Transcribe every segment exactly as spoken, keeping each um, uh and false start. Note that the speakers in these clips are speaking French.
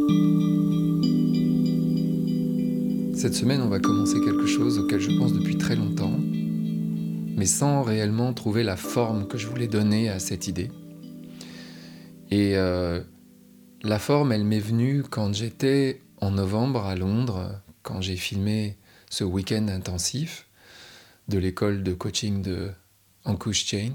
Cette semaine, on va commencer quelque chose auquel je pense depuis très longtemps, mais sans réellement trouver la forme que je voulais donner à cette idée. Et euh, la forme, elle m'est venue quand j'étais en novembre à Londres, quand j'ai filmé ce week-end intensif de l'école de coaching de Ankush Jain.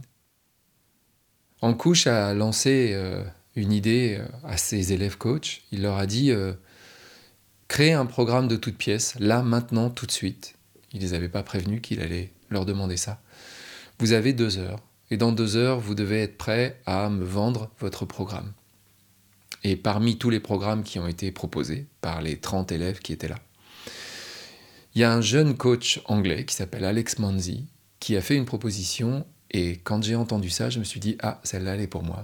Ankush a lancé euh, une idée à ses élèves coachs. Il leur a dit euh, « Créez un programme de toute pièce, là, maintenant, tout de suite ». Il ne les avait pas prévenus qu'il allait leur demander ça. Vous avez deux heures, et dans deux heures, vous devez être prêt à me vendre votre programme. Et parmi tous les programmes qui ont été proposés par les trente élèves qui étaient là, il y a un jeune coach anglais qui s'appelle Alex Manzi qui a fait une proposition, et quand j'ai entendu ça, je me suis dit « Ah, celle-là, elle est pour moi ».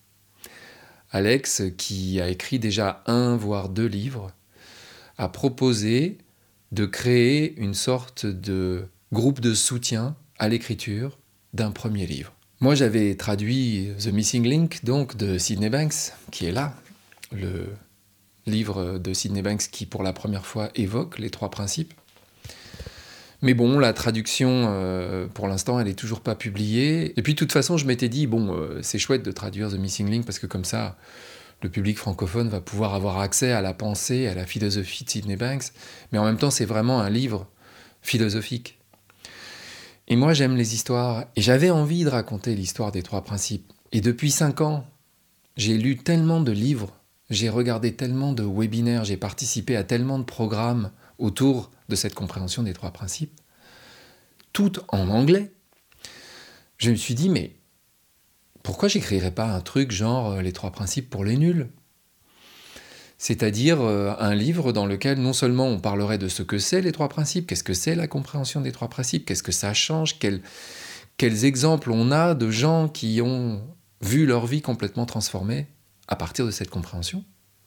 Alex, qui a écrit déjà un, voire deux livres, a proposé de créer une sorte de groupe de soutien à l'écriture d'un premier livre. Moi, j'avais traduit The Missing Link, donc, de Sydney Banks, qui est là, le livre de Sydney Banks qui, pour la première fois, évoque les trois principes. Mais bon, la traduction, euh, pour l'instant, elle n'est toujours pas publiée. Et puis, de toute façon, je m'étais dit, bon, euh, c'est chouette de traduire The Missing Link, parce que comme ça, le public francophone va pouvoir avoir accès à la pensée, à la philosophie de Sydney Banks. Mais en même temps, c'est vraiment un livre philosophique. Et moi, j'aime les histoires. Et j'avais envie de raconter l'histoire des trois principes. Et depuis cinq ans, j'ai lu tellement de livres, j'ai regardé tellement de webinaires, j'ai participé à tellement de programmes autour de cette compréhension des trois principes, tout en anglais. Je me suis dit, mais pourquoi j'écrirais pas un truc genre euh, les trois principes pour les nuls ? C'est-à-dire euh, un livre dans lequel non seulement on parlerait de ce que c'est les trois principes, qu'est-ce que c'est la compréhension des trois principes, qu'est-ce que ça change, quel, quels exemples on a de gens qui ont vu leur vie complètement transformée à partir de cette compréhension,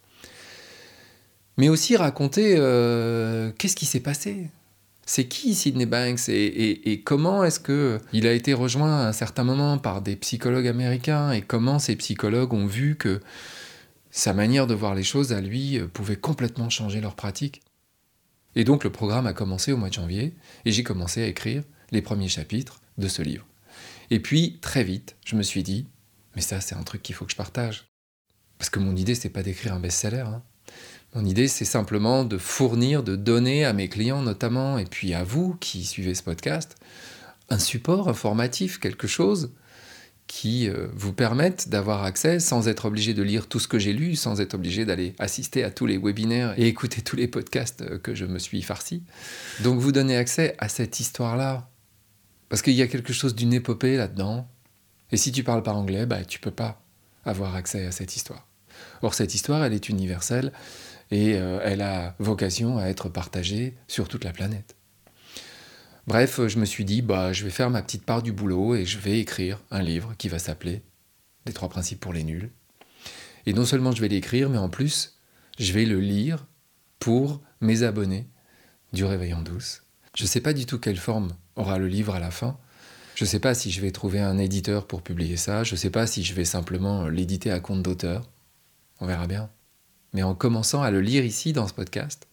mais aussi raconter euh, qu'est-ce qui s'est passé. C'est qui Sydney Banks et, et, et comment est-ce qu'il a été rejoint à un certain moment par des psychologues américains et comment ces psychologues ont vu que sa manière de voir les choses à lui pouvait complètement changer leur pratique. Et donc le programme a commencé au mois de janvier et j'ai commencé à écrire les premiers chapitres de ce livre. Et puis très vite, je me suis dit, mais ça c'est un truc qu'il faut que je partage. Parce que mon idée c'est pas d'écrire un best-seller, hein. Mon idée, c'est simplement de fournir, de donner à mes clients notamment, et puis à vous qui suivez ce podcast, un support informatif, quelque chose qui euh, vous permette d'avoir accès sans être obligé de lire tout ce que j'ai lu, sans être obligé d'aller assister à tous les webinaires et écouter tous les podcasts que je me suis farci. Donc vous donner accès à cette histoire-là. Parce qu'il y a quelque chose d'une épopée là-dedans. Et si tu parles pas anglais, bah, tu peux pas avoir accès à cette histoire. Or, cette histoire, elle est universelle. Et euh, elle a vocation à être partagée sur toute la planète. Bref, je me suis dit, bah, je vais faire ma petite part du boulot et je vais écrire un livre qui va s'appeler « Les trois principes pour les nuls ». Et non seulement je vais l'écrire, mais en plus, je vais le lire pour mes abonnés du Réveil en douce. Je ne sais pas du tout quelle forme aura le livre à la fin. Je ne sais pas si je vais trouver un éditeur pour publier ça. Je ne sais pas si je vais simplement l'éditer à compte d'auteur. On verra bien. Mais en commençant à le lire ici, dans ce podcast,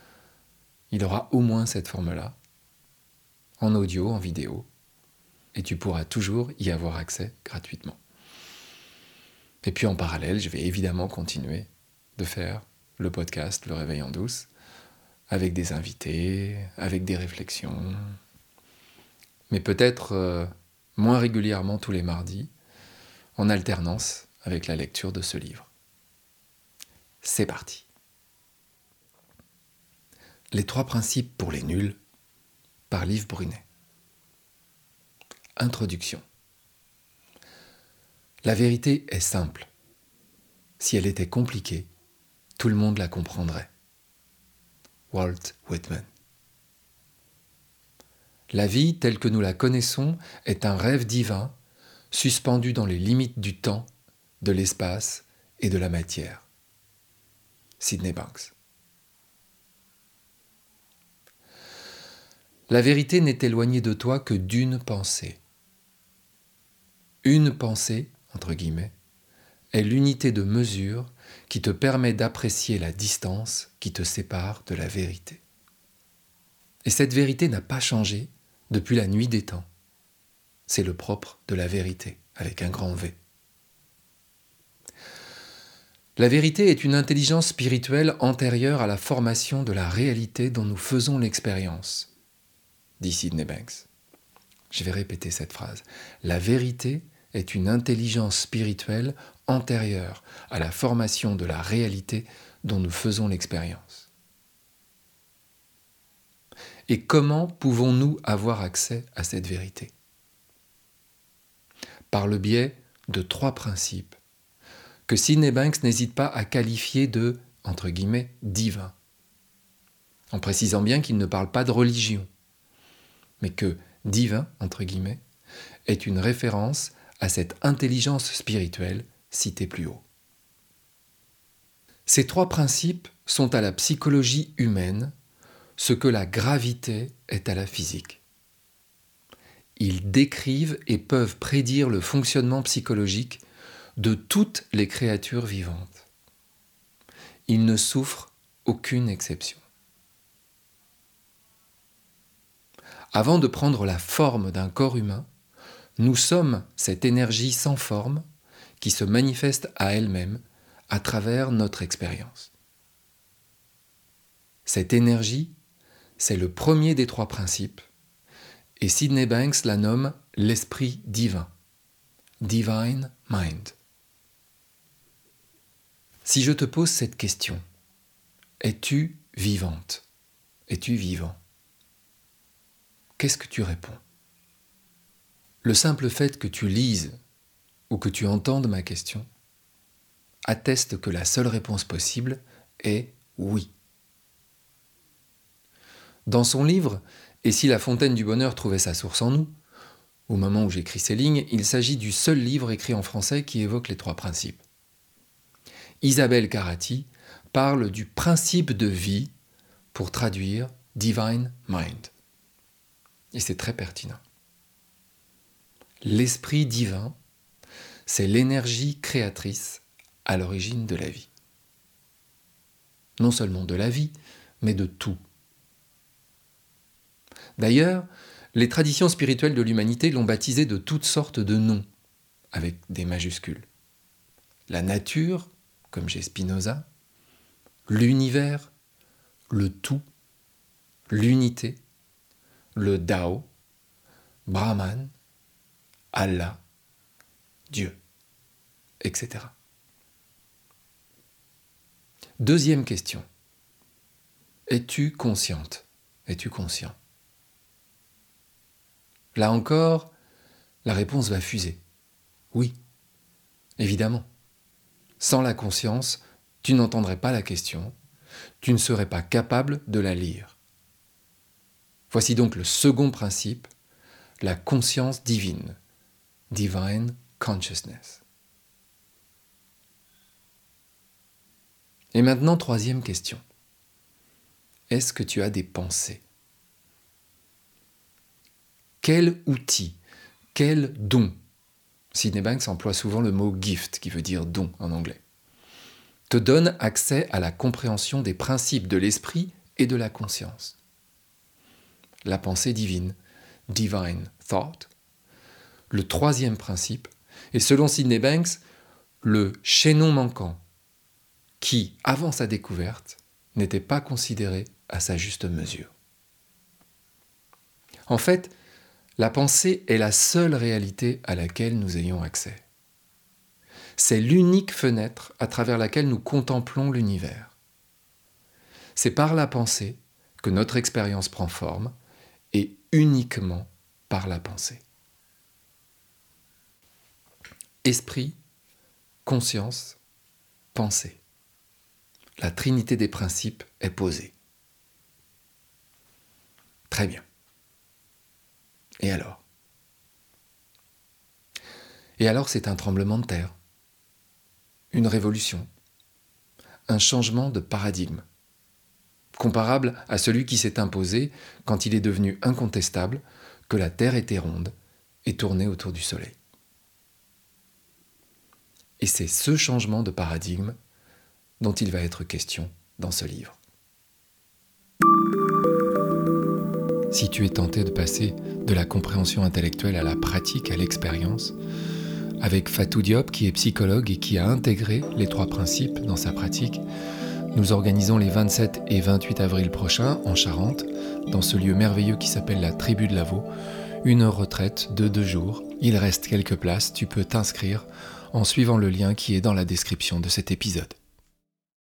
il aura au moins cette forme-là, en audio, en vidéo, et tu pourras toujours y avoir accès gratuitement. Et puis en parallèle, je vais évidemment continuer de faire le podcast Le Réveil en douce, avec des invités, avec des réflexions, mais peut-être euh, moins régulièrement tous les mardis, en alternance avec la lecture de ce livre. C'est parti. Les trois principes pour les nuls, par Liv Brunet. Introduction. La vérité est simple. Si elle était compliquée, tout le monde la comprendrait. Walt Whitman. La vie telle que nous la connaissons est un rêve divin, suspendu dans les limites du temps, de l'espace et de la matière. Sydney Banks. La vérité n'est éloignée de toi que d'une pensée. Une pensée, entre guillemets, est l'unité de mesure qui te permet d'apprécier la distance qui te sépare de la vérité. Et cette vérité n'a pas changé depuis la nuit des temps. C'est le propre de la vérité, avec un grand V. La vérité est une intelligence spirituelle antérieure à la formation de la réalité dont nous faisons l'expérience, dit Sydney Banks. Je vais répéter cette phrase. La vérité est une intelligence spirituelle antérieure à la formation de la réalité dont nous faisons l'expérience. Et comment pouvons-nous avoir accès à cette vérité ? Par le biais de trois principes que Sydney Banks n'hésite pas à qualifier de, entre guillemets, divins, en précisant bien qu'il ne parle pas de religion, mais que divin, entre guillemets, est une référence à cette intelligence spirituelle citée plus haut. Ces trois principes sont à la psychologie humaine ce que la gravité est à la physique. Ils décrivent et peuvent prédire le fonctionnement psychologique de toutes les créatures vivantes. Ils ne souffrent aucune exception. Avant de prendre la forme d'un corps humain, nous sommes cette énergie sans forme qui se manifeste à elle-même à travers notre expérience. Cette énergie, c'est le premier des trois principes, et Sydney Banks la nomme l'esprit divin, Divine Mind. Si je te pose cette question, es-tu vivante ? Es-tu vivant ? Qu'est-ce que tu réponds ? Le simple fait que tu lises ou que tu entendes ma question atteste que la seule réponse possible est oui. Dans son livre « Et si la fontaine du bonheur trouvait sa source en nous », au moment où j'écris ces lignes, il s'agit du seul livre écrit en français qui évoque les trois principes. Isabelle Carati parle du principe de vie pour traduire Divine Mind. Et c'est très pertinent. L'esprit divin, c'est l'énergie créatrice à l'origine de la vie. Non seulement de la vie, mais de tout. D'ailleurs, les traditions spirituelles de l'humanité l'ont baptisé de toutes sortes de noms, avec des majuscules. La nature, comme chez Spinoza, l'univers, le tout, l'unité, le Tao, Brahman, Allah, Dieu, et cetera. Deuxième question. Es-tu consciente ? Es-tu conscient ? Là encore, la réponse va fuser. Oui, évidemment. Sans la conscience, tu n'entendrais pas la question, tu ne serais pas capable de la lire. Voici donc le second principe, la conscience divine, Divine Consciousness. Et maintenant, troisième question. Est-ce que tu as des pensées ? Quel outil, quel don, Sydney Banks emploie souvent le mot gift, qui veut dire don en anglais, te donne accès à la compréhension des principes de l'esprit et de la conscience. La pensée divine, divine thought. Le troisième principe est, selon Sydney Banks, le chaînon manquant qui, avant sa découverte, n'était pas considéré à sa juste mesure. En fait, la pensée est la seule réalité à laquelle nous ayons accès. C'est l'unique fenêtre à travers laquelle nous contemplons l'univers. C'est par la pensée que notre expérience prend forme, et uniquement par la pensée. Esprit, conscience, pensée. La trinité des principes est posée. Très bien. Et alors ? Et alors, c'est un tremblement de terre, une révolution, un changement de paradigme, comparable à celui qui s'est imposé quand il est devenu incontestable que la Terre était ronde et tournait autour du Soleil. Et c'est ce changement de paradigme dont il va être question dans ce livre. Si tu es tenté de passer de la compréhension intellectuelle à la pratique, à l'expérience, avec Fatou Diop qui est psychologue et qui a intégré les trois principes dans sa pratique, nous organisons les vingt-sept et vingt-huit avril prochains en Charente, dans ce lieu merveilleux qui s'appelle la Tribu de Lavaux, une retraite de deux jours. Il reste quelques places, tu peux t'inscrire en suivant le lien qui est dans la description de cet épisode.